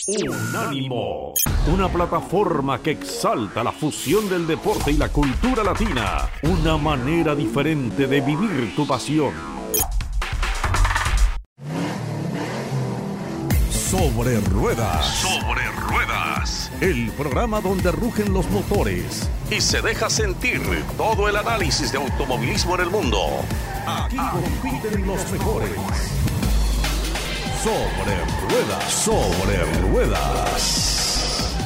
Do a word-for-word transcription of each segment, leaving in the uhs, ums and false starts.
Unánimo, una plataforma que exalta la fusión del deporte y la cultura latina, una manera diferente de vivir tu pasión. Sobre Ruedas. Sobre Ruedas. El programa donde rugen los motores y se deja sentir todo el análisis de automovilismo en el mundo. Aquí compiten los mejores. Sobre Ruedas. Sobre Ruedas.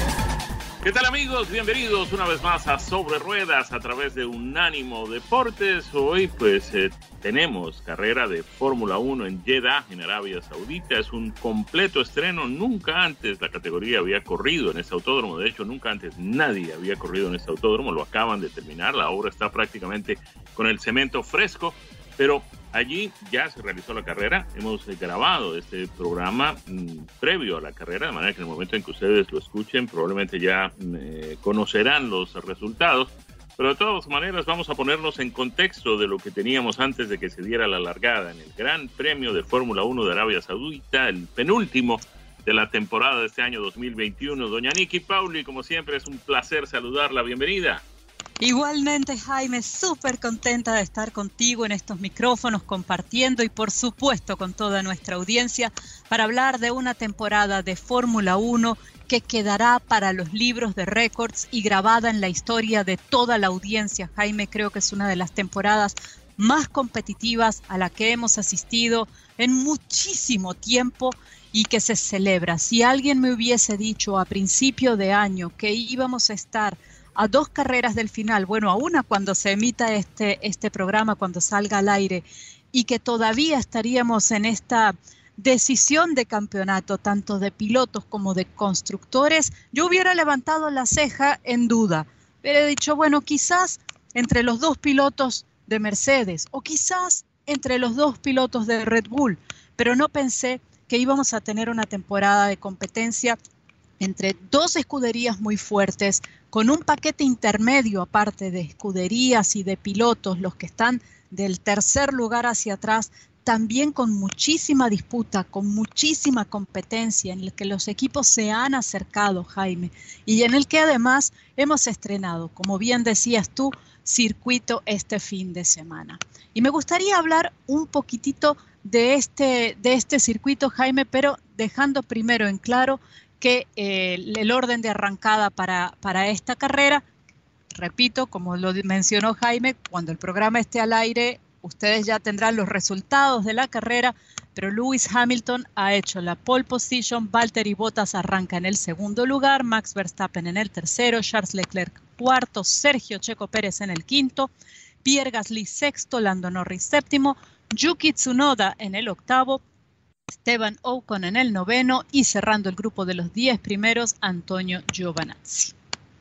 ¿Qué tal, amigos? Bienvenidos una vez más a Sobre Ruedas a través de Unánimo Deportes. Hoy pues eh, tenemos carrera de Fórmula uno en Jeddah, en Arabia Saudita. Es un completo estreno. Nunca antes la categoría había corrido en este autódromo. De hecho, nunca antes nadie había corrido en este autódromo. Lo acaban de terminar. La obra está prácticamente con el cemento fresco. Pero allí ya se realizó la carrera. Hemos grabado este programa mmm, previo a la carrera, de manera que en el momento en que ustedes lo escuchen, probablemente ya eh, conocerán los resultados. Pero de todas maneras vamos a ponernos en contexto de lo que teníamos antes de que se diera la largada en el Gran Premio de Fórmula uno de Arabia Saudita, el penúltimo de la temporada de este año dos mil veintiuno. Doña Nikki Pauli, como siempre, es un placer saludarla. Bienvenida. Igualmente, Jaime, súper contenta de estar contigo en estos micrófonos, compartiendo y por supuesto con toda nuestra audiencia para hablar de una temporada de Fórmula uno que quedará para los libros de récords y grabada en la historia de toda la audiencia. Jaime, creo que es una de las temporadas más competitivas a la que hemos asistido en muchísimo tiempo y que se celebra. Si alguien me hubiese dicho a principio de año que íbamos a estar a dos carreras del final, bueno, a una cuando se emita este, este programa, cuando salga al aire, y que todavía estaríamos en esta decisión de campeonato, tanto de pilotos como de constructores, yo hubiera levantado la ceja en duda. Hubiera dicho, bueno, quizás entre los dos pilotos de Mercedes, o quizás entre los dos pilotos de Red Bull, pero no pensé que íbamos a tener una temporada de competencia entre dos escuderías muy fuertes, con un paquete intermedio aparte de escuderías y de pilotos, los que están del tercer lugar hacia atrás, también con muchísima disputa, con muchísima competencia, en el que los equipos se han acercado, Jaime, y en el que además hemos estrenado, como bien decías tú, circuito este fin de semana. Y me gustaría hablar un poquitito de este, de este circuito, Jaime, pero dejando primero en claro que eh, el orden de arrancada para, para esta carrera, repito, como lo mencionó Jaime, cuando el programa esté al aire, ustedes ya tendrán los resultados de la carrera, pero Lewis Hamilton ha hecho la pole position, Valtteri Bottas arranca en el segundo lugar, Max Verstappen en el tercero, Charles Leclerc cuarto, Sergio Checo Pérez en el quinto, Pierre Gasly sexto, Lando Norris séptimo, Yuki Tsunoda en el octavo, Esteban Ocon en el noveno y cerrando el grupo de los diez primeros, Antonio Giovinazzi.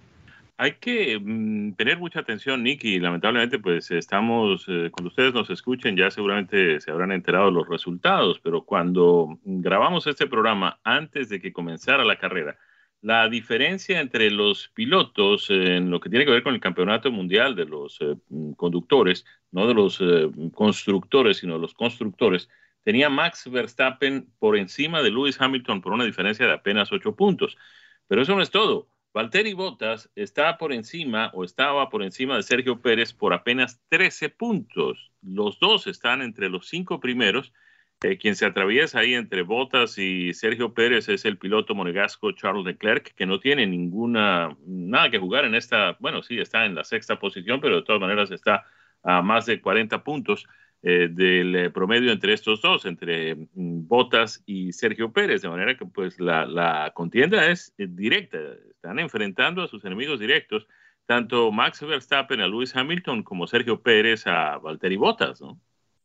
Hay que mm, tener mucha atención, Nicky. Lamentablemente, pues estamos, eh, cuando ustedes nos escuchen, ya seguramente se habrán enterado de los resultados, pero cuando grabamos este programa antes de que comenzara la carrera, la diferencia entre los pilotos eh, en lo que tiene que ver con el campeonato mundial de los eh, conductores, no de los eh, constructores, sino de los constructores, tenía Max Verstappen por encima de Lewis Hamilton por una diferencia de apenas ocho puntos. Pero eso no es todo. Valtteri Bottas está por encima o estaba por encima de Sergio Pérez por apenas trece puntos. Los dos están entre los cinco primeros. Eh, quien se atraviesa ahí entre Bottas y Sergio Pérez es el piloto monegasco Charles Leclerc, que no tiene ninguna, nada que jugar en esta, bueno, sí, está en la sexta posición, pero de todas maneras está a más de cuarenta puntos. Eh, del eh, promedio entre estos dos, entre mm, Bottas y Sergio Pérez, de manera que pues la, la contienda es eh, directa, están enfrentando a sus enemigos directos, tanto Max Verstappen a Lewis Hamilton como Sergio Pérez a Valtteri Bottas, ¿no?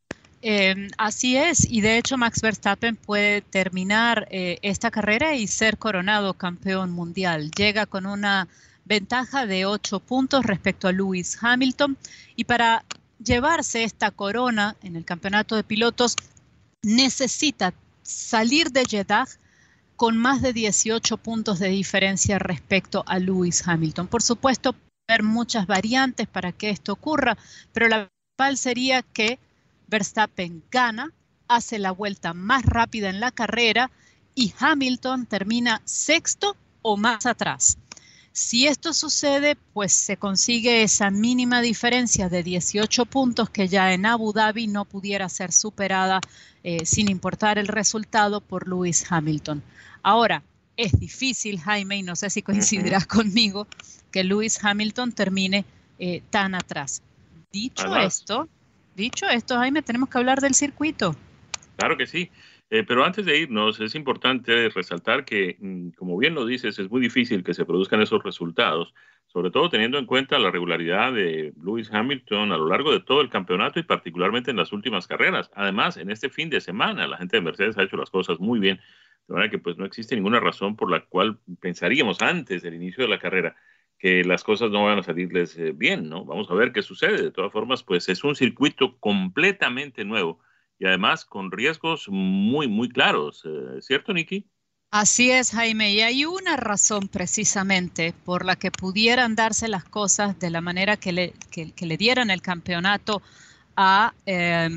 Eh, así es, y de hecho Max Verstappen puede terminar eh, esta carrera y ser coronado campeón mundial. Llega con una ventaja de ocho puntos respecto a Lewis Hamilton, y para llevarse esta corona en el campeonato de pilotos necesita salir de Jeddah con más de dieciocho puntos de diferencia respecto a Lewis Hamilton. Por supuesto, puede haber muchas variantes para que esto ocurra, pero la principal sería que Verstappen gana, hace la vuelta más rápida en la carrera y Hamilton termina sexto o más atrás. Si esto sucede, pues se consigue esa mínima diferencia de dieciocho puntos que ya en Abu Dhabi no pudiera ser superada eh, sin importar el resultado por Lewis Hamilton. Ahora, es difícil, Jaime, y no sé si coincidirás uh-huh. conmigo, que Lewis Hamilton termine eh, tan atrás. Dicho Además, esto, dicho esto, Jaime, tenemos que hablar del circuito. Claro que sí. Eh, pero antes de irnos, es importante resaltar que, como bien lo dices, es muy difícil que se produzcan esos resultados, sobre todo teniendo en cuenta la regularidad de Lewis Hamilton a lo largo de todo el campeonato y particularmente en las últimas carreras. Además, en este fin de semana, la gente de Mercedes ha hecho las cosas muy bien, de manera que pues no existe ninguna razón por la cual pensaríamos antes del inicio de la carrera que las cosas no van a salirles eh, bien, ¿no? Vamos a ver qué sucede. De todas formas, pues es un circuito completamente nuevo y además con riesgos muy, muy claros. Eh, ¿Cierto, Nikki? Así es, Jaime, y hay una razón precisamente por la que pudieran darse las cosas de la manera que le, que, que le dieran el campeonato a eh,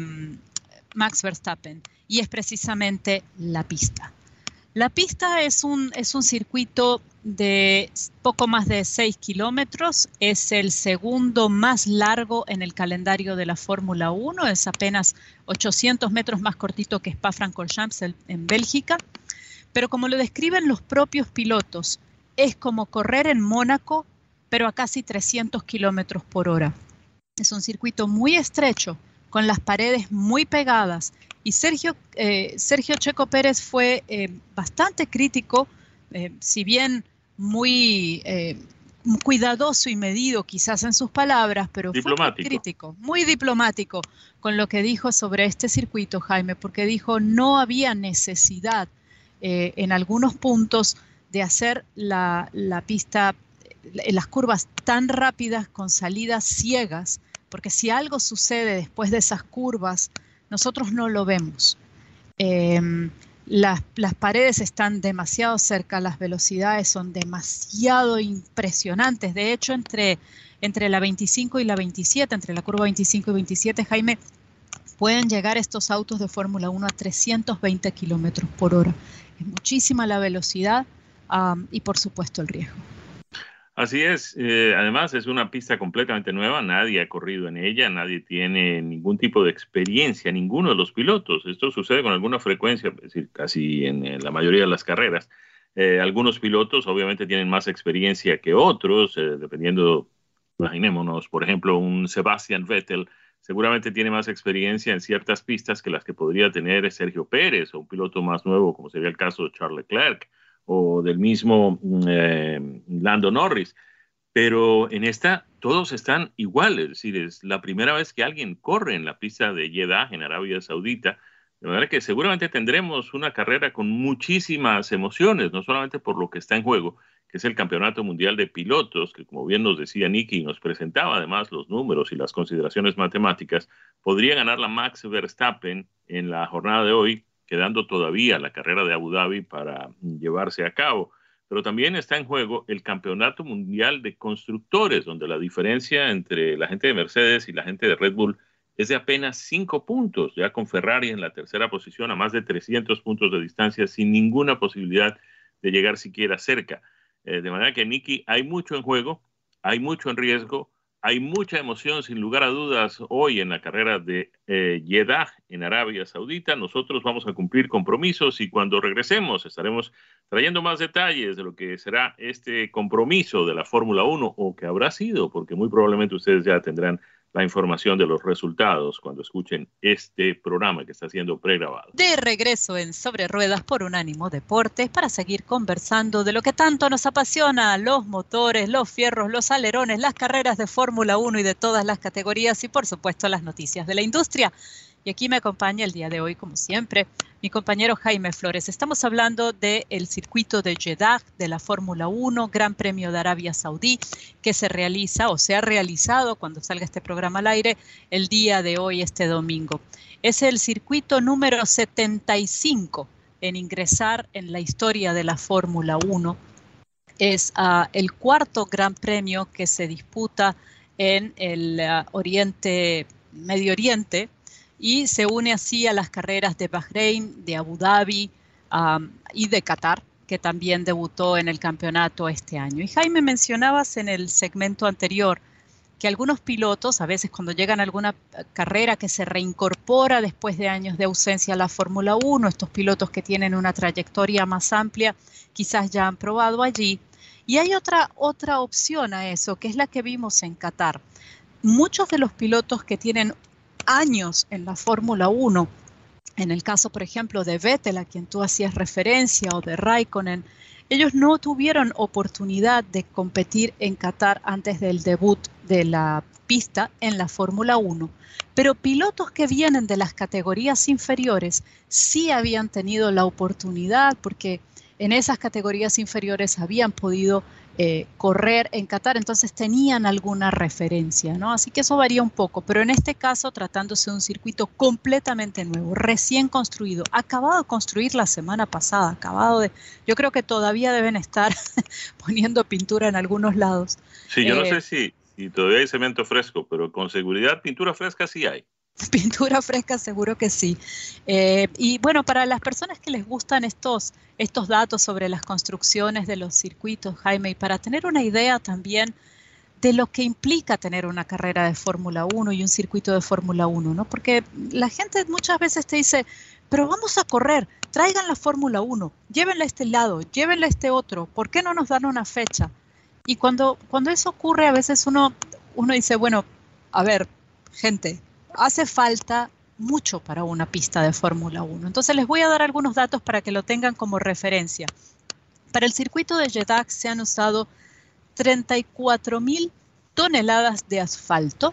Max Verstappen, y es precisamente la pista. La pista es un, es un circuito de poco más de seis kilómetros, es el segundo más largo en el calendario de la Fórmula uno, es apenas ochocientos metros más cortito que Spa-Francorchamps en Bélgica, pero como lo describen los propios pilotos, es como correr en Mónaco, pero a casi trescientos kilómetros por hora. Es un circuito muy estrecho, con las paredes muy pegadas, y Sergio, eh, Sergio Checo Pérez fue eh, bastante crítico, eh, si bien muy eh, cuidadoso y medido quizás en sus palabras, pero fue muy crítico, muy diplomático con lo que dijo sobre este circuito, Jaime, porque dijo no había necesidad eh, en algunos puntos de hacer la, la pista, eh, las curvas tan rápidas con salidas ciegas, porque si algo sucede después de esas curvas, nosotros no lo vemos. Eh, las, las paredes están demasiado cerca, las velocidades son demasiado impresionantes. De hecho, entre, entre la veinticinco y la veintisiete, entre la curva veinticinco y veintisiete, Jaime, pueden llegar estos autos de Fórmula uno a trescientos veinte kilómetros por hora. Es muchísima la velocidad um, y, por supuesto, el riesgo. Así es, eh, además es una pista completamente nueva, nadie ha corrido en ella, nadie tiene ningún tipo de experiencia, ninguno de los pilotos. Esto sucede con alguna frecuencia, es decir, casi en, en la mayoría de las carreras. Eh, algunos pilotos obviamente tienen más experiencia que otros, eh, dependiendo, imaginémonos, por ejemplo, un Sebastian Vettel seguramente tiene más experiencia en ciertas pistas que las que podría tener Sergio Pérez o un piloto más nuevo, como sería el caso de Charles Leclerc, o del mismo eh, Lando Norris, pero en esta todos están iguales, es decir, es la primera vez que alguien corre en la pista de Jeddah en Arabia Saudita, de manera que seguramente tendremos una carrera con muchísimas emociones, no solamente por lo que está en juego, que es el Campeonato Mundial de Pilotos, que como bien nos decía Nikki, nos presentaba además los números y las consideraciones matemáticas, podría ganar la Max Verstappen en la jornada de hoy, quedando todavía la carrera de Abu Dhabi para llevarse a cabo. Pero también está en juego el Campeonato Mundial de Constructores, donde la diferencia entre la gente de Mercedes y la gente de Red Bull es de apenas cinco puntos, ya con Ferrari en la tercera posición a más de trescientos puntos de distancia, sin ninguna posibilidad de llegar siquiera cerca. Eh, de manera que, Nikki, hay mucho en juego, hay mucho en riesgo, hay mucha emoción, sin lugar a dudas, hoy en la carrera de eh, Jeddah en Arabia Saudita. Nosotros vamos a cumplir compromisos y cuando regresemos estaremos trayendo más detalles de lo que será este compromiso de la Fórmula uno o que habrá sido, porque muy probablemente ustedes ya tendrán la información de los resultados cuando escuchen este programa que está siendo pregrabado. De regreso en Sobre Ruedas por Unánimo Deportes para seguir conversando de lo que tanto nos apasiona, los motores, los fierros, los alerones, las carreras de Fórmula uno y de todas las categorías y por supuesto las noticias de la industria. Y aquí me acompaña el día de hoy, como siempre, mi compañero Jaime Flores. Estamos hablando del circuito de Jeddah, de la Fórmula uno, Gran Premio de Arabia Saudí, que se realiza o se ha realizado cuando salga este programa al aire el día de hoy, este domingo. Es el circuito número setenta y cinco en ingresar en la historia de la Fórmula uno. Es uh, el cuarto Gran Premio que se disputa en el uh, Oriente, Medio Oriente, y se une así a las carreras de Bahrein, de Abu Dhabi, um, y de Qatar, que también debutó en el campeonato este año. Y Jaime, mencionabas en el segmento anterior que algunos pilotos, a veces cuando llegan a alguna carrera que se reincorpora después de años de ausencia a la Fórmula uno, estos pilotos que tienen una trayectoria más amplia, quizás ya han probado allí. Y hay otra, otra opción a eso, que es la que vimos en Qatar. Muchos de los pilotos que tienen años en la Fórmula uno, en el caso, por ejemplo, de Vettel, a quien tú hacías referencia, o de Raikkonen, ellos no tuvieron oportunidad de competir en Qatar antes del debut de la pista en la Fórmula uno, pero pilotos que vienen de las categorías inferiores sí habían tenido la oportunidad, porque en esas categorías inferiores habían podido eh, correr en Qatar, entonces tenían alguna referencia, ¿no? Así que eso varía un poco, pero en este caso, tratándose de un circuito completamente nuevo, recién construido, acabado de construir la semana pasada, acabado de, yo creo que todavía deben estar poniendo pintura en algunos lados. Sí, yo eh, no sé si, si todavía hay cemento fresco, pero con seguridad pintura fresca sí hay. Pintura fresca seguro que sí. Eh, y bueno, para las personas que les gustan estos, estos datos sobre las construcciones de los circuitos, Jaime, y para tener una idea también de lo que implica tener una carrera de Fórmula uno y un circuito de Fórmula uno, ¿no? Porque la gente muchas veces te dice, pero vamos a correr, traigan la Fórmula uno, llévenla a este lado, llévenla a este otro, ¿por qué no nos dan una fecha? Y cuando, cuando eso ocurre, a veces uno, uno dice, bueno, a ver, gente, hace falta mucho para una pista de Fórmula uno. Entonces les voy a dar algunos datos para que lo tengan como referencia. Para el circuito de Jeddah se han usado treinta y cuatro mil toneladas de asfalto,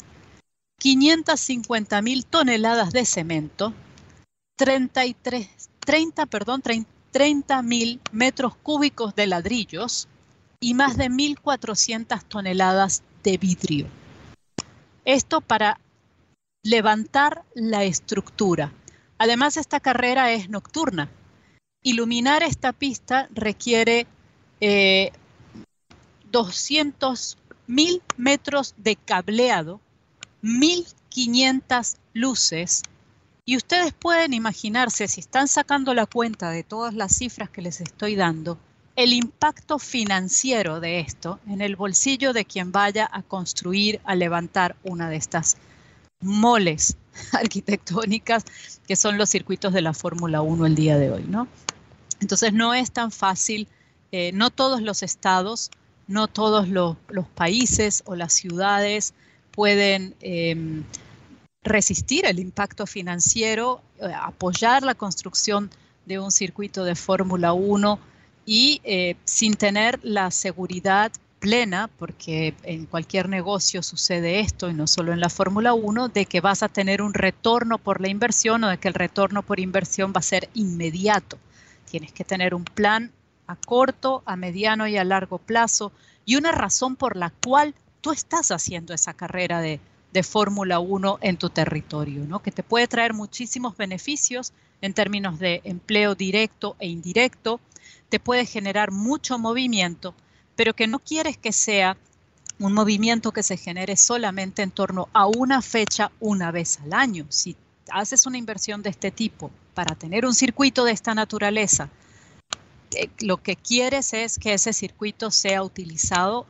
quinientas cincuenta mil toneladas de cemento, treinta y tres, treinta, perdón, treinta mil metros cúbicos de ladrillos y más de mil cuatrocientas toneladas de vidrio. Esto para levantar la estructura. Además, esta carrera es nocturna. Iluminar esta pista requiere eh, doscientos mil metros de cableado, mil quinientas luces, y ustedes pueden imaginarse, si están sacando la cuenta de todas las cifras que les estoy dando, el impacto financiero de esto en el bolsillo de quien vaya a construir, a levantar una de estas moles arquitectónicas que son los circuitos de la Fórmula uno el día de hoy, ¿no? Entonces no es tan fácil, eh, no todos los estados, no todos los, los países o las ciudades pueden eh, resistir el impacto financiero, eh, apoyar la construcción de un circuito de Fórmula uno y eh, sin tener la seguridad plena, porque en cualquier negocio sucede esto y no solo en la Fórmula uno, de que vas a tener un retorno por la inversión o de que el retorno por inversión va a ser inmediato. Tienes que tener un plan a corto, a mediano y a largo plazo y una razón por la cual tú estás haciendo esa carrera de, de Fórmula uno en tu territorio, ¿no? Que te puede traer muchísimos beneficios en términos de empleo directo e indirecto, te puede generar mucho movimiento, pero que no quieres que sea un movimiento que se genere solamente en torno a una fecha una vez al año. Si haces una inversión de este tipo para tener un circuito de esta naturaleza, eh, lo que quieres es que ese circuito sea utilizado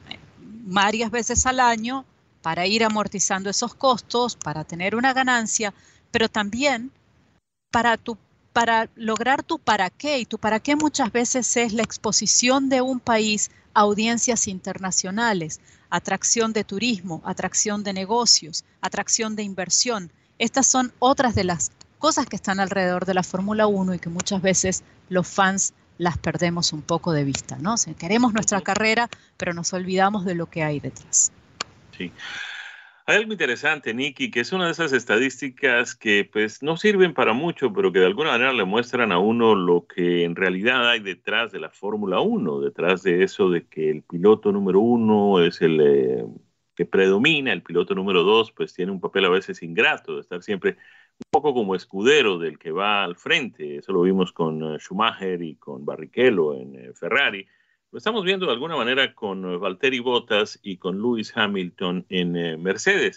varias veces al año para ir amortizando esos costos, para tener una ganancia, pero también para tu para lograr tu para qué, y tu para qué muchas veces es la exposición de un país a audiencias internacionales, atracción de turismo, atracción de negocios, atracción de inversión. Estas son otras de las cosas que están alrededor de la Fórmula uno y que muchas veces los fans las perdemos un poco de vista, ¿no? O sea, queremos nuestra carrera, pero nos olvidamos de lo que hay detrás. Sí. Hay algo interesante, Nikki, que es una de esas estadísticas que pues no sirven para mucho, pero que de alguna manera le muestran a uno lo que en realidad hay detrás de la Fórmula uno, detrás de eso de que el piloto número uno es el eh, que predomina, el piloto número dos pues tiene un papel a veces ingrato, de estar siempre un poco como escudero del que va al frente. Eso lo vimos con uh, Schumacher y con Barrichello en eh, Ferrari. Lo estamos viendo de alguna manera con Valtteri Bottas y con Lewis Hamilton en eh, Mercedes.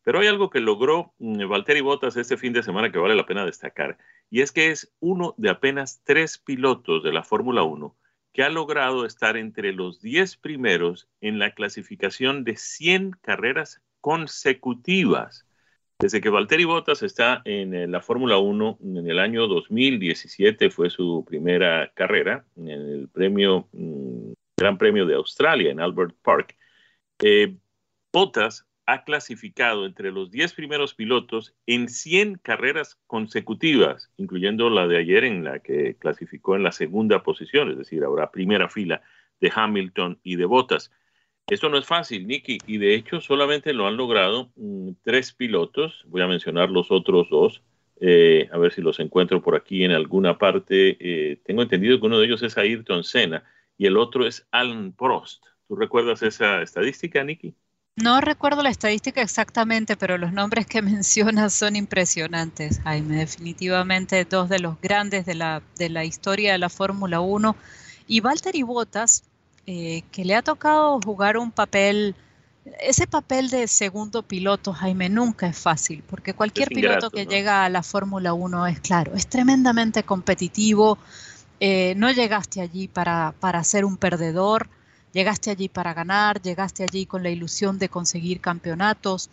Pero hay algo que logró um, Valtteri Bottas este fin de semana que vale la pena destacar, y es que es uno de apenas tres pilotos de la Fórmula uno que ha logrado estar entre los diez primeros en la clasificación de cien carreras consecutivas. Desde que Valtteri Bottas está en la Fórmula uno, en el año dos mil diecisiete fue su primera carrera en el premio, Gran Premio de Australia en Albert Park. Eh, Bottas ha clasificado entre los diez primeros pilotos en cien carreras consecutivas, incluyendo la de ayer en la que clasificó en la segunda posición, es decir, habrá primera fila de Hamilton y de Bottas. Esto no es fácil, Nicky, y de hecho solamente lo han logrado mmm, tres pilotos. Voy a mencionar los otros dos, eh, a ver si los encuentro por aquí en alguna parte. Eh, tengo entendido que uno de ellos es Ayrton Senna y el otro es Alain Prost. ¿Tú recuerdas esa estadística, Nicky? No recuerdo la estadística exactamente, pero los nombres que mencionas son impresionantes, Jaime. Definitivamente dos de los grandes de la, de la historia de la Fórmula uno. Y Valtteri Bottas, Eh, que le ha tocado jugar un papel, ese papel de segundo piloto, Jaime, nunca es fácil, porque cualquier es ingrato, piloto que ¿no? llega a la Fórmula uno es claro, es tremendamente competitivo, eh, no llegaste allí para, para ser un perdedor, llegaste allí para ganar, llegaste allí con la ilusión de conseguir campeonatos,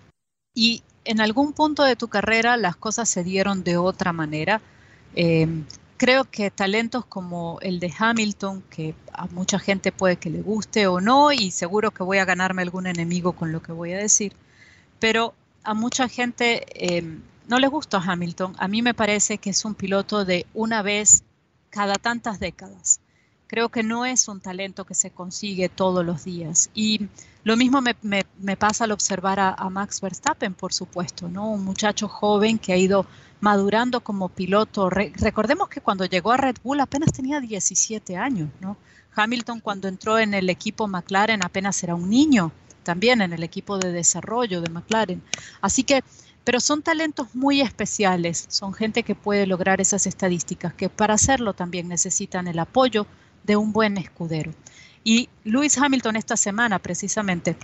y en algún punto de tu carrera las cosas se dieron de otra manera. Eh, Creo que talentos como el de Hamilton, que a mucha gente puede que le guste o no, y seguro que voy a ganarme algún enemigo con lo que voy a decir, pero a mucha gente eh, no le gusta Hamilton. A mí me parece que es un piloto de una vez cada tantas décadas. Creo que no es un talento que se consigue todos los días. Y lo mismo me, me, me pasa al observar a, a Max Verstappen, por supuesto, ¿no? Un muchacho joven que ha ido madurando como piloto. Re- recordemos que cuando llegó a Red Bull apenas tenía diecisiete años, ¿no? Hamilton, cuando entró en el equipo McLaren, apenas era un niño, también en el equipo de desarrollo de McLaren. Así que, pero son talentos muy especiales, son gente que puede lograr esas estadísticas, que para hacerlo también necesitan el apoyo de un buen escudero. Y Lewis Hamilton esta semana precisamente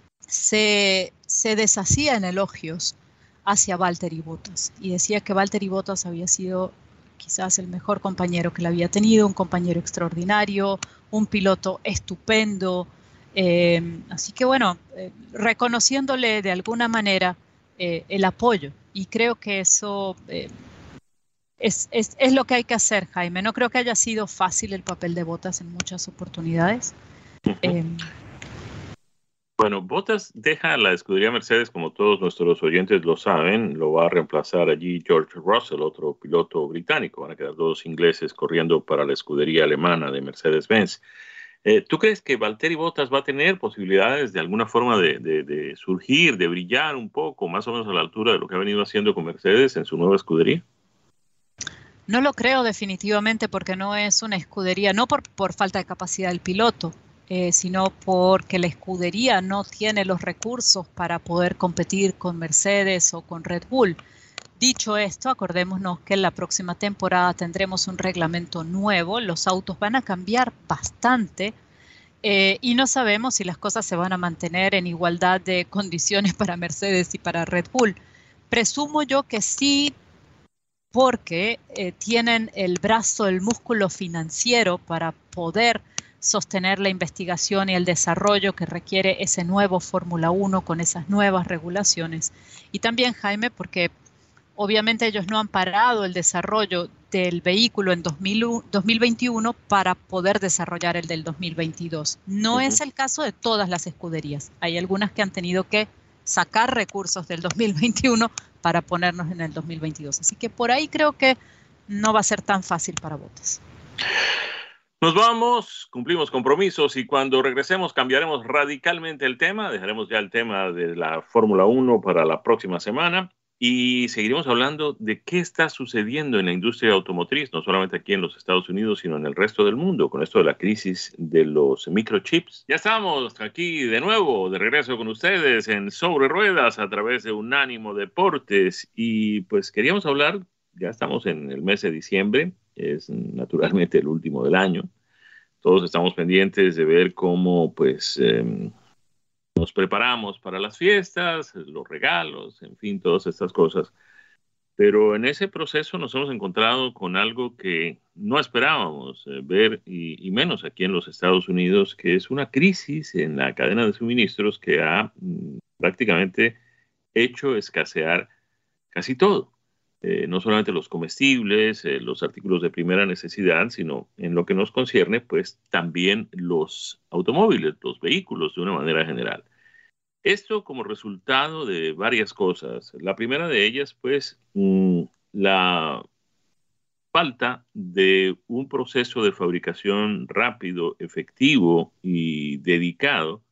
se, se deshacía en elogios hacia Valtteri Bottas y decía que Valtteri Bottas había sido quizás el mejor compañero que le había tenido, un compañero extraordinario, un piloto estupendo, eh, así que bueno, eh, reconociéndole de alguna manera eh, el apoyo, y creo que eso eh, es, es, es lo que hay que hacer, Jaime. No creo que haya sido fácil el papel de Bottas en muchas oportunidades. Uh-huh. eh, Bueno, Bottas deja la escudería Mercedes, como todos nuestros oyentes lo saben, lo va a reemplazar allí George Russell, otro piloto británico. Van a quedar dos ingleses corriendo para la escudería alemana de Mercedes-Benz. Eh, ¿Tú crees que Valtteri Bottas va a tener posibilidades de alguna forma de, de, de surgir, de brillar un poco, más o menos a la altura de lo que ha venido haciendo con Mercedes en su nueva escudería? No lo creo definitivamente, porque no es una escudería, no por, por falta de capacidad del piloto, Eh, sino porque la escudería no tiene los recursos para poder competir con Mercedes o con Red Bull. Dicho esto, acordémonos que en la próxima temporada tendremos un reglamento nuevo, los autos van a cambiar bastante eh, y no sabemos si las cosas se van a mantener en igualdad de condiciones para Mercedes y para Red Bull. Presumo yo que sí, porque eh, tienen el brazo, el músculo financiero para poder sostener la investigación y el desarrollo que requiere ese nuevo Fórmula uno con esas nuevas regulaciones. Y también, Jaime, porque obviamente ellos no han parado el desarrollo del vehículo en dos mil veintiuno para poder desarrollar el del dos mil veintidós. No uh-huh. es el caso de todas las escuderías. Hay algunas que han tenido que sacar recursos del dos mil veintiuno para ponernos en el dos mil veintidós. Así que por ahí creo que no va a ser tan fácil para Bottas. Nos vamos, cumplimos compromisos y cuando regresemos cambiaremos radicalmente el tema. Dejaremos ya el tema de la Fórmula uno para la próxima semana y seguiremos hablando de qué está sucediendo en la industria automotriz, no solamente aquí en los Estados Unidos, sino en el resto del mundo, con esto de la crisis de los microchips. Ya estamos aquí de nuevo, de regreso con ustedes en Sobre Ruedas a través de Unánimo Deportes y pues queríamos hablar, ya estamos en el mes de diciembre, es naturalmente el último del año. Todos estamos pendientes de ver cómo pues, eh, nos preparamos para las fiestas, los regalos, en fin, todas estas cosas. Pero en ese proceso nos hemos encontrado con algo que no esperábamos eh, ver, y, y menos aquí en los Estados Unidos, que es una crisis en la cadena de suministros que ha mm, prácticamente hecho escasear casi todo. Eh, no solamente los comestibles, eh, los artículos de primera necesidad, sino en lo que nos concierne, pues también los automóviles, los vehículos de una manera general. Esto como resultado de varias cosas. La primera de ellas, pues, mmm, la falta de un proceso de fabricación rápido, efectivo y dedicado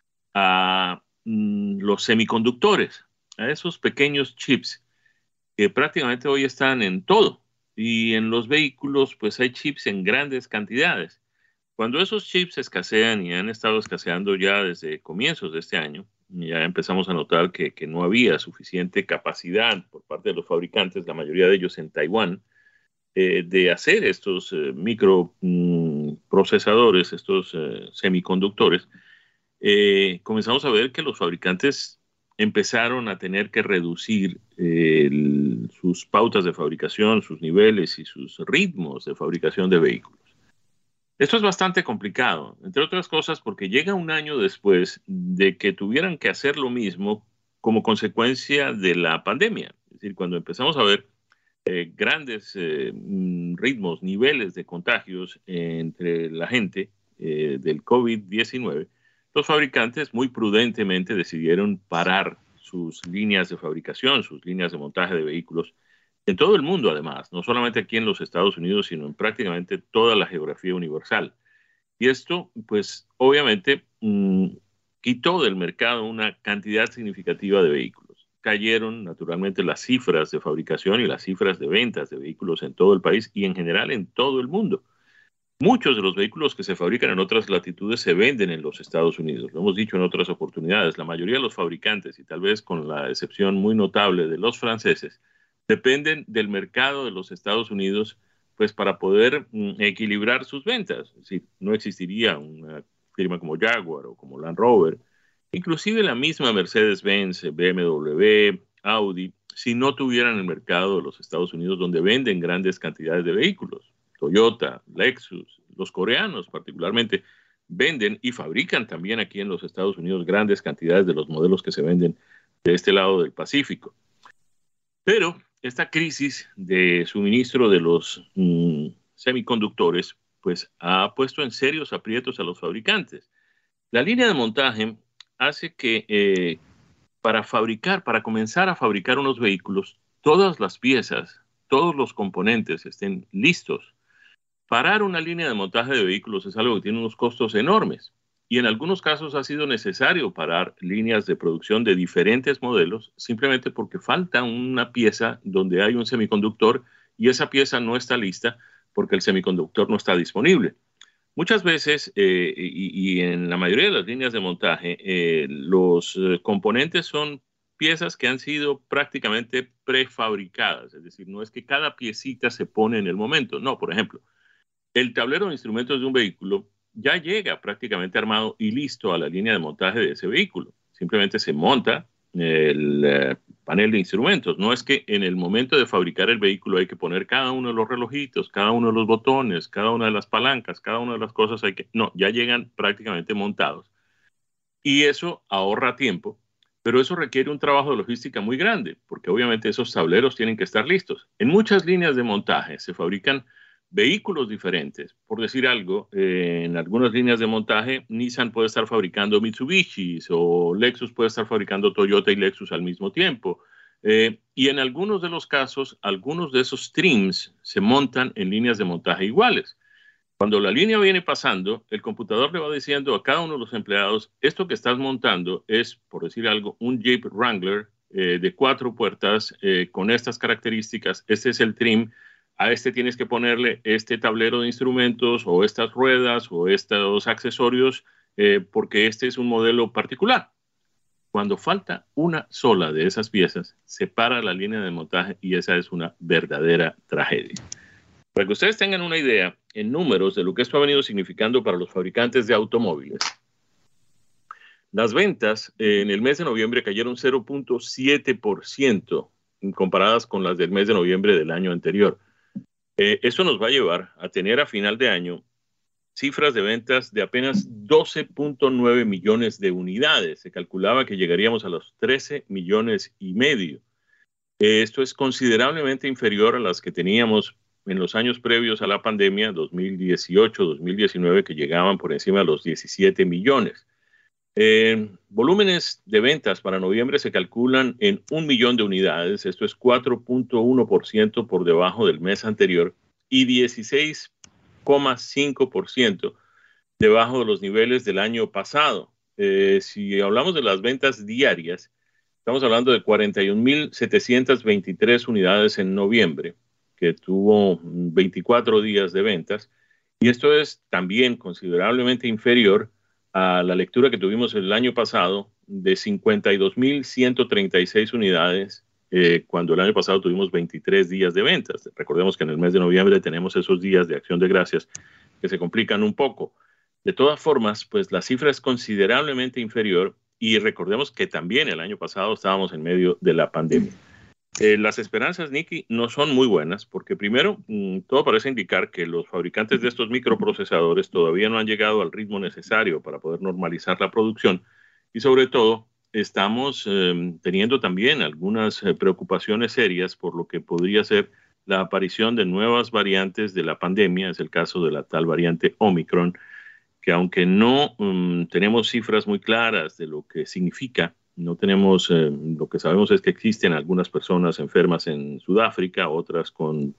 a mmm, los semiconductores, a esos pequeños chips que prácticamente hoy están en todo. Y en los vehículos, pues hay chips en grandes cantidades. Cuando esos chips escasean, y han estado escaseando ya desde comienzos de este año, ya empezamos a notar que, que no había suficiente capacidad por parte de los fabricantes, la mayoría de ellos en Taiwán, eh, de hacer estos eh, microprocesadores, mm, estos eh, semiconductores. Eh, comenzamos a ver que los fabricantes empezaron a tener que reducir eh, el, sus pautas de fabricación, sus niveles y sus ritmos de fabricación de vehículos. Esto es bastante complicado, entre otras cosas porque llega un año después de que tuvieran que hacer lo mismo como consecuencia de la pandemia. Es decir, cuando empezamos a ver eh, grandes eh, ritmos, niveles de contagios eh, entre la gente eh, del COVID diecinueve, los fabricantes muy prudentemente decidieron parar sus líneas de fabricación, sus líneas de montaje de vehículos, en todo el mundo además, no solamente aquí en los Estados Unidos, sino en prácticamente toda la geografía universal. Y esto, pues, obviamente, mmm, quitó del mercado una cantidad significativa de vehículos. Cayeron, naturalmente, las cifras de fabricación y las cifras de ventas de vehículos en todo el país y en general en todo el mundo. Muchos de los vehículos que se fabrican en otras latitudes se venden en los Estados Unidos. Lo hemos dicho en otras oportunidades. La mayoría de los fabricantes, y tal vez con la excepción muy notable de los franceses, dependen del mercado de los Estados Unidos, pues para poder mm, equilibrar sus ventas. Es decir, no existiría una firma como Jaguar o como Land Rover, inclusive la misma Mercedes-Benz, B M W, Audi, si no tuvieran el mercado de los Estados Unidos donde venden grandes cantidades de vehículos. Toyota, Lexus, los coreanos particularmente, venden y fabrican también aquí en los Estados Unidos grandes cantidades de los modelos que se venden de este lado del Pacífico. Pero esta crisis de suministro de los mm, semiconductores pues ha puesto en serios aprietos a los fabricantes. La línea de montaje hace que eh, para fabricar, para comenzar a fabricar unos vehículos, todas las piezas, todos los componentes estén listos. Parar una línea de montaje de vehículos es algo que tiene unos costos enormes. Y en algunos casos ha sido necesario parar líneas de producción de diferentes modelos simplemente porque falta una pieza donde hay un semiconductor y esa pieza no está lista porque el semiconductor no está disponible. Muchas veces, eh, y, y en la mayoría de las líneas de montaje, eh, los eh, componentes son piezas que han sido prácticamente prefabricadas. Es decir, no es que cada piecita se pone en el momento. No, por ejemplo, el tablero de instrumentos de un vehículo ya llega prácticamente armado y listo a la línea de montaje de ese vehículo. Simplemente se monta el eh, panel de instrumentos. No es que en el momento de fabricar el vehículo hay que poner cada uno de los relojitos, cada uno de los botones, cada una de las palancas, cada una de las cosas hay que... No, ya llegan prácticamente montados. Y eso ahorra tiempo, pero eso requiere un trabajo de logística muy grande, porque obviamente esos tableros tienen que estar listos. En muchas líneas de montaje se fabrican vehículos diferentes. Por decir algo, eh, en algunas líneas de montaje, Nissan puede estar fabricando Mitsubishi o Lexus puede estar fabricando Toyota y Lexus al mismo tiempo. Eh, y en algunos de los casos, algunos de esos trims se montan en líneas de montaje iguales. Cuando la línea viene pasando, el computador le va diciendo a cada uno de los empleados, esto que estás montando es, por decir algo, un Jeep Wrangler eh, de cuatro puertas eh, con estas características. Este es el trim. A este tienes que ponerle este tablero de instrumentos o estas ruedas o estos accesorios eh, porque este es un modelo particular. Cuando falta una sola de esas piezas, se para la línea de montaje y esa es una verdadera tragedia. Para que ustedes tengan una idea en números de lo que esto ha venido significando para los fabricantes de automóviles, Las ventas eh, en el mes de noviembre cayeron cero punto siete por ciento comparadas con las del mes de noviembre del año anterior. Eh, eso nos va a llevar a tener a final de año cifras de ventas de apenas doce punto nueve millones de unidades. Se calculaba que llegaríamos a los trece millones y medio. Eh, esto es considerablemente inferior a las que teníamos en los años previos a la pandemia, dos mil dieciocho, dos mil diecinueve, que llegaban por encima de los diecisiete millones. Eh, volúmenes de ventas para noviembre se calculan en un millón de unidades. Esto es cuatro punto uno por ciento por debajo del mes anterior y dieciséis coma cinco por ciento debajo de los niveles del año pasado. Eh, si hablamos de las ventas diarias, estamos hablando de cuarenta y un mil setecientas veintitrés unidades en noviembre, que tuvo veinticuatro días de ventas, y esto es también considerablemente inferior a la lectura que tuvimos el año pasado de cincuenta y dos mil ciento treinta y seis unidades, eh, cuando el año pasado tuvimos veintitrés días de ventas. Recordemos que en el mes de noviembre tenemos esos días de Acción de Gracias que se complican un poco. De todas formas, pues la cifra es considerablemente inferior, y recordemos que también el año pasado estábamos en medio de la pandemia. Eh, las esperanzas, Nikki, no son muy buenas porque primero, mmm, todo parece indicar que los fabricantes de estos microprocesadores todavía no han llegado al ritmo necesario para poder normalizar la producción, y sobre todo estamos eh, teniendo también algunas eh, preocupaciones serias por lo que podría ser la aparición de nuevas variantes de la pandemia. Es el caso de la tal variante Omicron, que aunque no um, tenemos cifras muy claras de lo que significa, no tenemos, eh, lo que sabemos es que existen algunas personas enfermas en Sudáfrica, otras con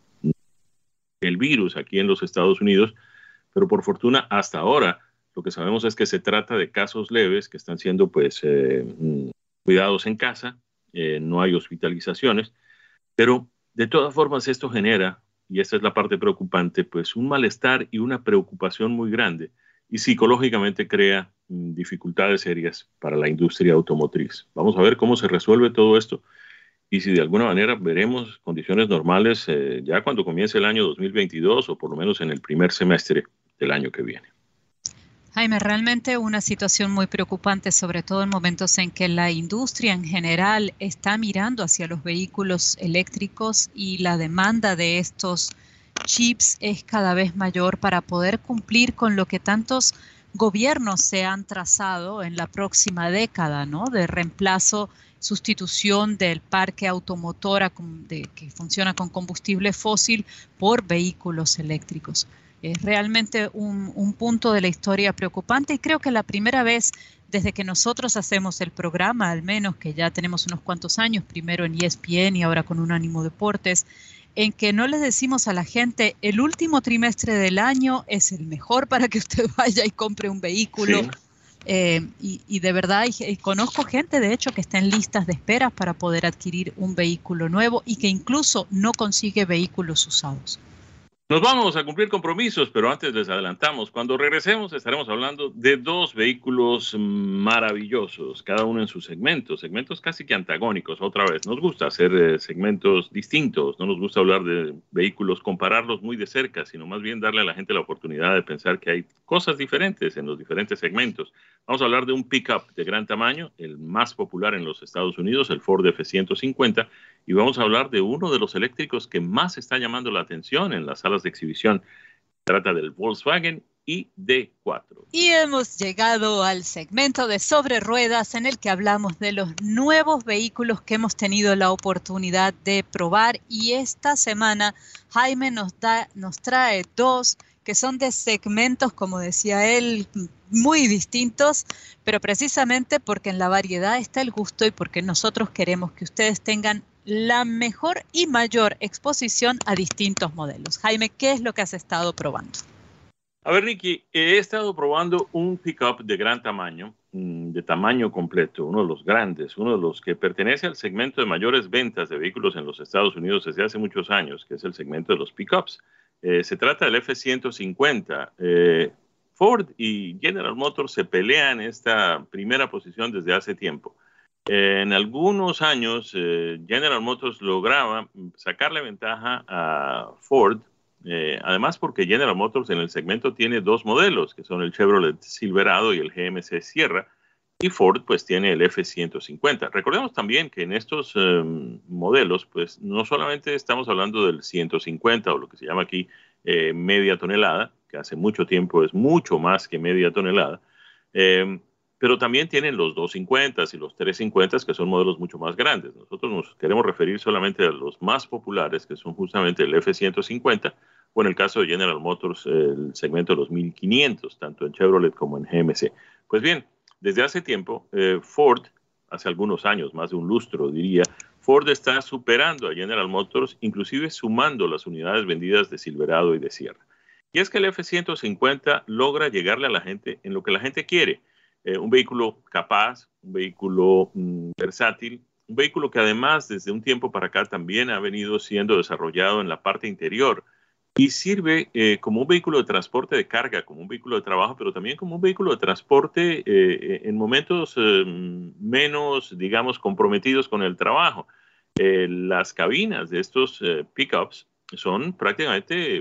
el virus aquí en los Estados Unidos, pero por fortuna hasta ahora lo que sabemos es que se trata de casos leves que están siendo pues eh, cuidados en casa, eh, no hay hospitalizaciones, pero de todas formas esto genera, y esta es la parte preocupante, pues un malestar y una preocupación muy grande, y psicológicamente crea mm, dificultades serias para la industria automotriz. Vamos a ver cómo se resuelve todo esto y si de alguna manera veremos condiciones normales eh, ya cuando comience el año dos mil veintidós o por lo menos en el primer semestre del año que viene. Jaime, realmente una situación muy preocupante, sobre todo en momentos en que la industria en general está mirando hacia los vehículos eléctricos y la demanda de estos chips es cada vez mayor para poder cumplir con lo que tantos gobiernos se han trazado en la próxima década, ¿no? De reemplazo, sustitución del parque automotor de, que funciona con combustible fósil por vehículos eléctricos. Es realmente un, un punto de la historia preocupante, y creo que la primera vez desde que nosotros hacemos el programa, al menos que ya tenemos unos cuantos años, primero en E S P N y ahora con Unánimo Deportes, en que no les decimos a la gente el último trimestre del año es el mejor para que usted vaya y compre un vehículo. Sí. Eh, y, y de verdad y, y conozco gente de hecho que está en listas de espera para poder adquirir un vehículo nuevo y que incluso no consigue vehículos usados. Nos vamos a cumplir compromisos, pero antes les adelantamos. Cuando regresemos estaremos hablando de dos vehículos maravillosos, cada uno en su segmento, segmentos casi que antagónicos. Otra vez, nos gusta hacer eh, segmentos distintos, no nos gusta hablar de vehículos, compararlos muy de cerca, sino más bien darle a la gente la oportunidad de pensar que hay cosas diferentes en los diferentes segmentos. Vamos a hablar de un pickup de gran tamaño, el más popular en los Estados Unidos, el Ford F ciento cincuenta, y vamos a hablar de uno de los eléctricos que más está llamando la atención en las salas de exhibición. Trata del Volkswagen I D cuatro. Y hemos llegado al segmento de Sobre Ruedas, en el que hablamos de los nuevos vehículos que hemos tenido la oportunidad de probar, y esta semana Jaime nos, da, nos trae dos que son de segmentos, como decía él, muy distintos, pero precisamente porque en la variedad está el gusto y porque nosotros queremos que ustedes tengan la mejor y mayor exposición a distintos modelos. Jaime, ¿qué es lo que has estado probando? A ver, Ricky, he estado probando un pickup de gran tamaño, de tamaño completo, uno de los grandes, uno de los que pertenece al segmento de mayores ventas de vehículos en los Estados Unidos desde hace muchos años, que es el segmento de los pickups. Eh, se trata del F ciento cincuenta. Eh, Ford y General Motors se pelean esta primera posición desde hace tiempo. Eh, en algunos años, eh, General Motors lograba sacarle ventaja a Ford, eh, además porque General Motors en el segmento tiene dos modelos, que son el Chevrolet Silverado y el G M C Sierra, Y Ford pues tiene el F ciento cincuenta. Recordemos también que en estos eh, modelos pues no solamente estamos hablando del ciento cincuenta o lo que se llama aquí eh, media tonelada, que hace mucho tiempo es mucho más que media tonelada, eh, pero también tienen los doscientos cincuenta y los trescientos cincuenta, que son modelos mucho más grandes. Nosotros nos queremos referir solamente a los más populares, que son justamente el F ciento cincuenta, o en el caso de General Motors, el segmento de los mil quinientos, tanto en Chevrolet como en G M C. Pues bien, desde hace tiempo, eh, Ford, hace algunos años, más de un lustro diría, Ford está superando a General Motors, inclusive sumando las unidades vendidas de Silverado y de Sierra. Y es que el F ciento cincuenta logra llegarle a la gente en lo que la gente quiere. Eh, un vehículo capaz, un vehículo mm, versátil, un vehículo que además desde un tiempo para acá también ha venido siendo desarrollado en la parte interior y sirve eh, como un vehículo de transporte de carga, como un vehículo de trabajo, pero también como un vehículo de transporte eh, en momentos eh, menos, digamos, comprometidos con el trabajo. Eh, las cabinas de estos eh, pickups son prácticamente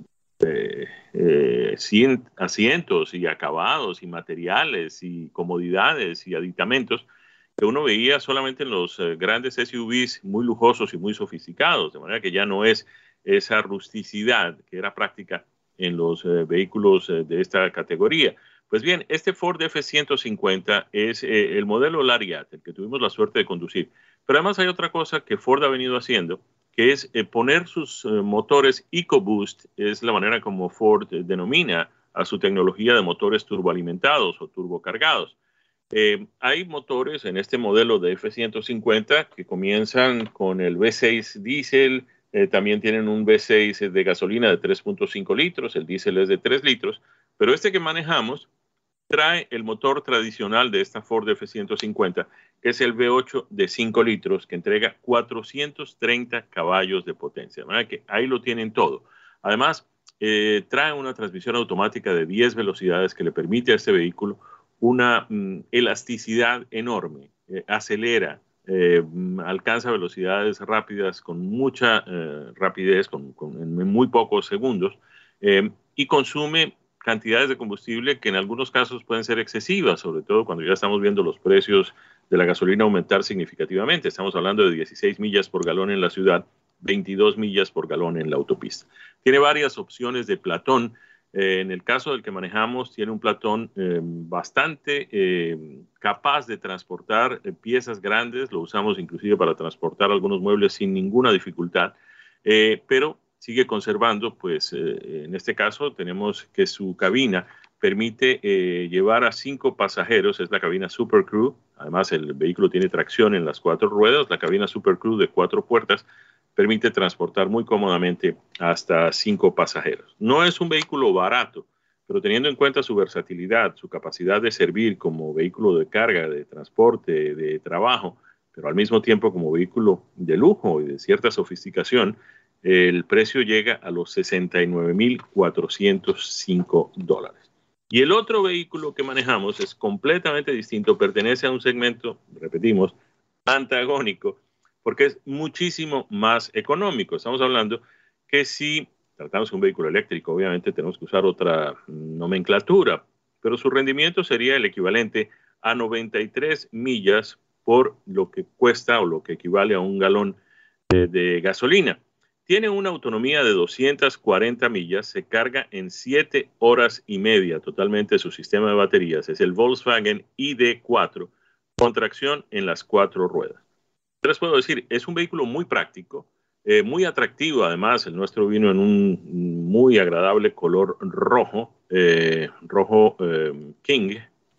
eh, eh, asientos y acabados y materiales y comodidades y aditamentos que uno veía solamente en los eh, grandes S U Vs muy lujosos y muy sofisticados, de manera que ya no es esa rusticidad que era práctica en los eh, vehículos eh, de esta categoría. Pues bien, este Ford F ciento cincuenta es eh, el modelo Lariat, el que tuvimos la suerte de conducir. Pero además hay otra cosa que Ford ha venido haciendo, que es eh, poner sus eh, motores EcoBoost, es la manera como Ford eh, denomina a su tecnología de motores turboalimentados o turbocargados. Eh, hay motores en este modelo de F ciento cincuenta que comienzan con el V seis diésel. Eh, también tienen un V seis de gasolina de tres punto cinco litros, el diésel es de tres litros, pero este que manejamos trae el motor tradicional de esta Ford F ciento cincuenta, que es el V ocho de cinco litros, que entrega cuatrocientos treinta caballos de potencia. De manera que ahí lo tienen todo. Además, eh, trae una transmisión automática de diez velocidades que le permite a este vehículo una mm, elasticidad enorme, eh, acelera, Eh, alcanza velocidades rápidas con mucha eh, rapidez, con, con, en muy pocos segundos, eh, y consume cantidades de combustible que en algunos casos pueden ser excesivas, sobre todo cuando ya estamos viendo los precios de la gasolina aumentar significativamente. Estamos hablando de dieciséis millas por galón en la ciudad, veintidós millas por galón en la autopista. Tiene varias opciones de platón. Eh, en el caso del que manejamos, tiene un platón eh, bastante eh, capaz de transportar eh, piezas grandes. Lo usamos inclusive para transportar algunos muebles sin ninguna dificultad, eh, pero sigue conservando, pues eh, en este caso tenemos que su cabina permite eh, llevar a cinco pasajeros. Es la cabina Super Crew. Además, el vehículo tiene tracción en las cuatro ruedas. La cabina Super Crew de cuatro puertas permite transportar muy cómodamente hasta cinco pasajeros. No es un vehículo barato, pero teniendo en cuenta su versatilidad, su capacidad de servir como vehículo de carga, de transporte, de trabajo, pero al mismo tiempo como vehículo de lujo y de cierta sofisticación, el precio llega a los sesenta y nueve mil cuatrocientos cinco dólares. Y el otro vehículo que manejamos es completamente distinto, pertenece a un segmento, repetimos, antagónico, porque es muchísimo más económico. Estamos hablando que si tratamos un vehículo eléctrico, obviamente tenemos que usar otra nomenclatura, pero su rendimiento sería el equivalente a noventa y tres millas por lo que cuesta o lo que equivale a un galón de, de gasolina. Tiene una autonomía de doscientas cuarenta millas, se carga en siete horas y media totalmente su sistema de baterías. Es el Volkswagen I D cuatro, con tracción en las cuatro ruedas. Les puedo decir, es un vehículo muy práctico, eh, muy atractivo. Además, el nuestro vino en un muy agradable color rojo, eh, rojo eh, King.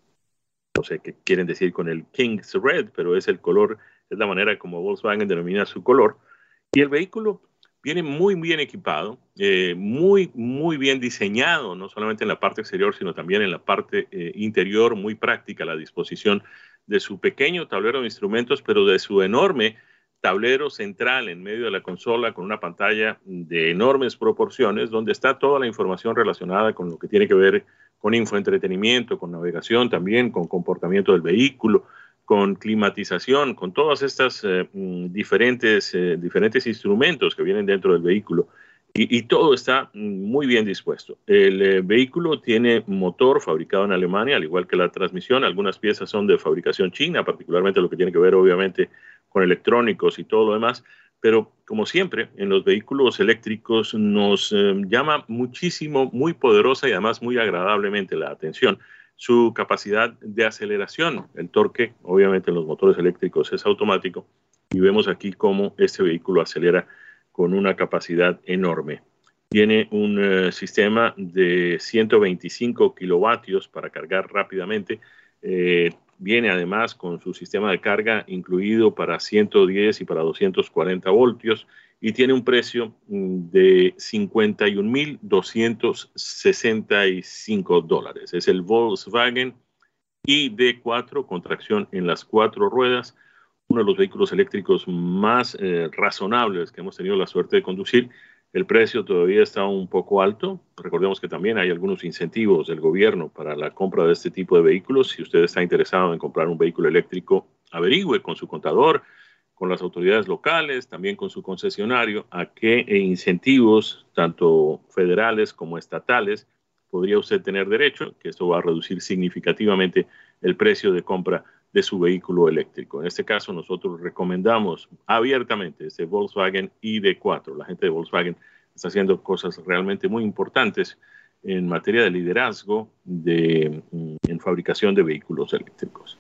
No sé qué quieren decir con el King's Red, pero es el color, es la manera como Volkswagen denomina su color. Y el vehículo viene muy bien equipado, eh, muy, muy bien diseñado, no solamente en la parte exterior, sino también en la parte eh, interior, muy práctica la disposición de su pequeño tablero de instrumentos, pero de su enorme tablero central en medio de la consola con una pantalla de enormes proporciones donde está toda la información relacionada con lo que tiene que ver con infoentretenimiento, con navegación también, con comportamiento del vehículo, con climatización, con todos estos eh, diferentes, eh, diferentes instrumentos que vienen dentro del vehículo Y, y todo está muy bien dispuesto. El eh, vehículo tiene motor fabricado en Alemania, al igual que la transmisión. Algunas piezas son de fabricación china, particularmente lo que tiene que ver, obviamente, con electrónicos y todo lo demás. Pero, como siempre, en los vehículos eléctricos nos eh, llama muchísimo, muy poderosa y además muy agradablemente la atención su capacidad de aceleración. El torque, obviamente, en los motores eléctricos es automático y vemos aquí cómo este vehículo acelera con una capacidad enorme. Tiene un uh, sistema de ciento veinticinco kilovatios para cargar rápidamente. Eh, viene además con su sistema de carga incluido para ciento diez y para doscientos cuarenta voltios y tiene un precio de cincuenta y un mil doscientos sesenta y cinco dólares. Es el Volkswagen I D cuatro con tracción en las cuatro ruedas, uno de los vehículos eléctricos más eh, razonables que hemos tenido la suerte de conducir. El precio todavía está un poco alto. Recordemos que también hay algunos incentivos del gobierno para la compra de este tipo de vehículos. Si usted está interesado en comprar un vehículo eléctrico, averigüe con su contador, con las autoridades locales, también con su concesionario, a qué incentivos, tanto federales como estatales, podría usted tener derecho, que esto va a reducir significativamente el precio de compra de su vehículo eléctrico. En este caso, nosotros recomendamos abiertamente este Volkswagen I D cuatro. La gente de Volkswagen está haciendo cosas realmente muy importantes en materia de liderazgo de, en fabricación de vehículos eléctricos.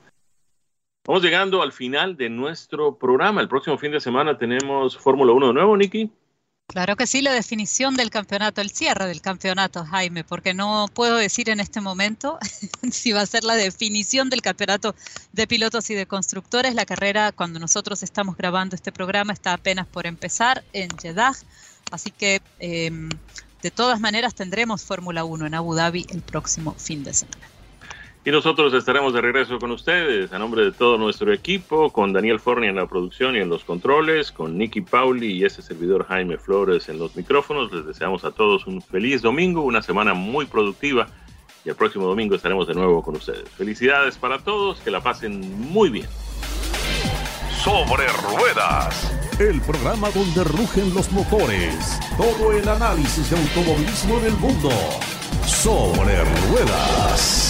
Vamos llegando al final de nuestro programa. El próximo fin de semana tenemos Fórmula uno de nuevo, Nikki. Claro que sí, la definición del campeonato, el cierre del campeonato, Jaime, porque no puedo decir en este momento si va a ser la definición del campeonato de pilotos y de constructores. La carrera, cuando nosotros estamos grabando este programa, está apenas por empezar en Jeddah, así que eh, de todas maneras tendremos Fórmula uno en Abu Dhabi el próximo fin de semana. Y nosotros estaremos de regreso con ustedes, a nombre de todo nuestro equipo, con Daniel Forni en la producción y en los controles, con Nicky Pauli y ese servidor Jaime Flores en los micrófonos. Les deseamos a todos un feliz domingo, una semana muy productiva, y el próximo domingo estaremos de nuevo con ustedes. Felicidades para todos, que la pasen muy bien. Sobre Ruedas, el programa donde rugen los motores, todo el análisis de automovilismo en el mundo. Sobre Ruedas.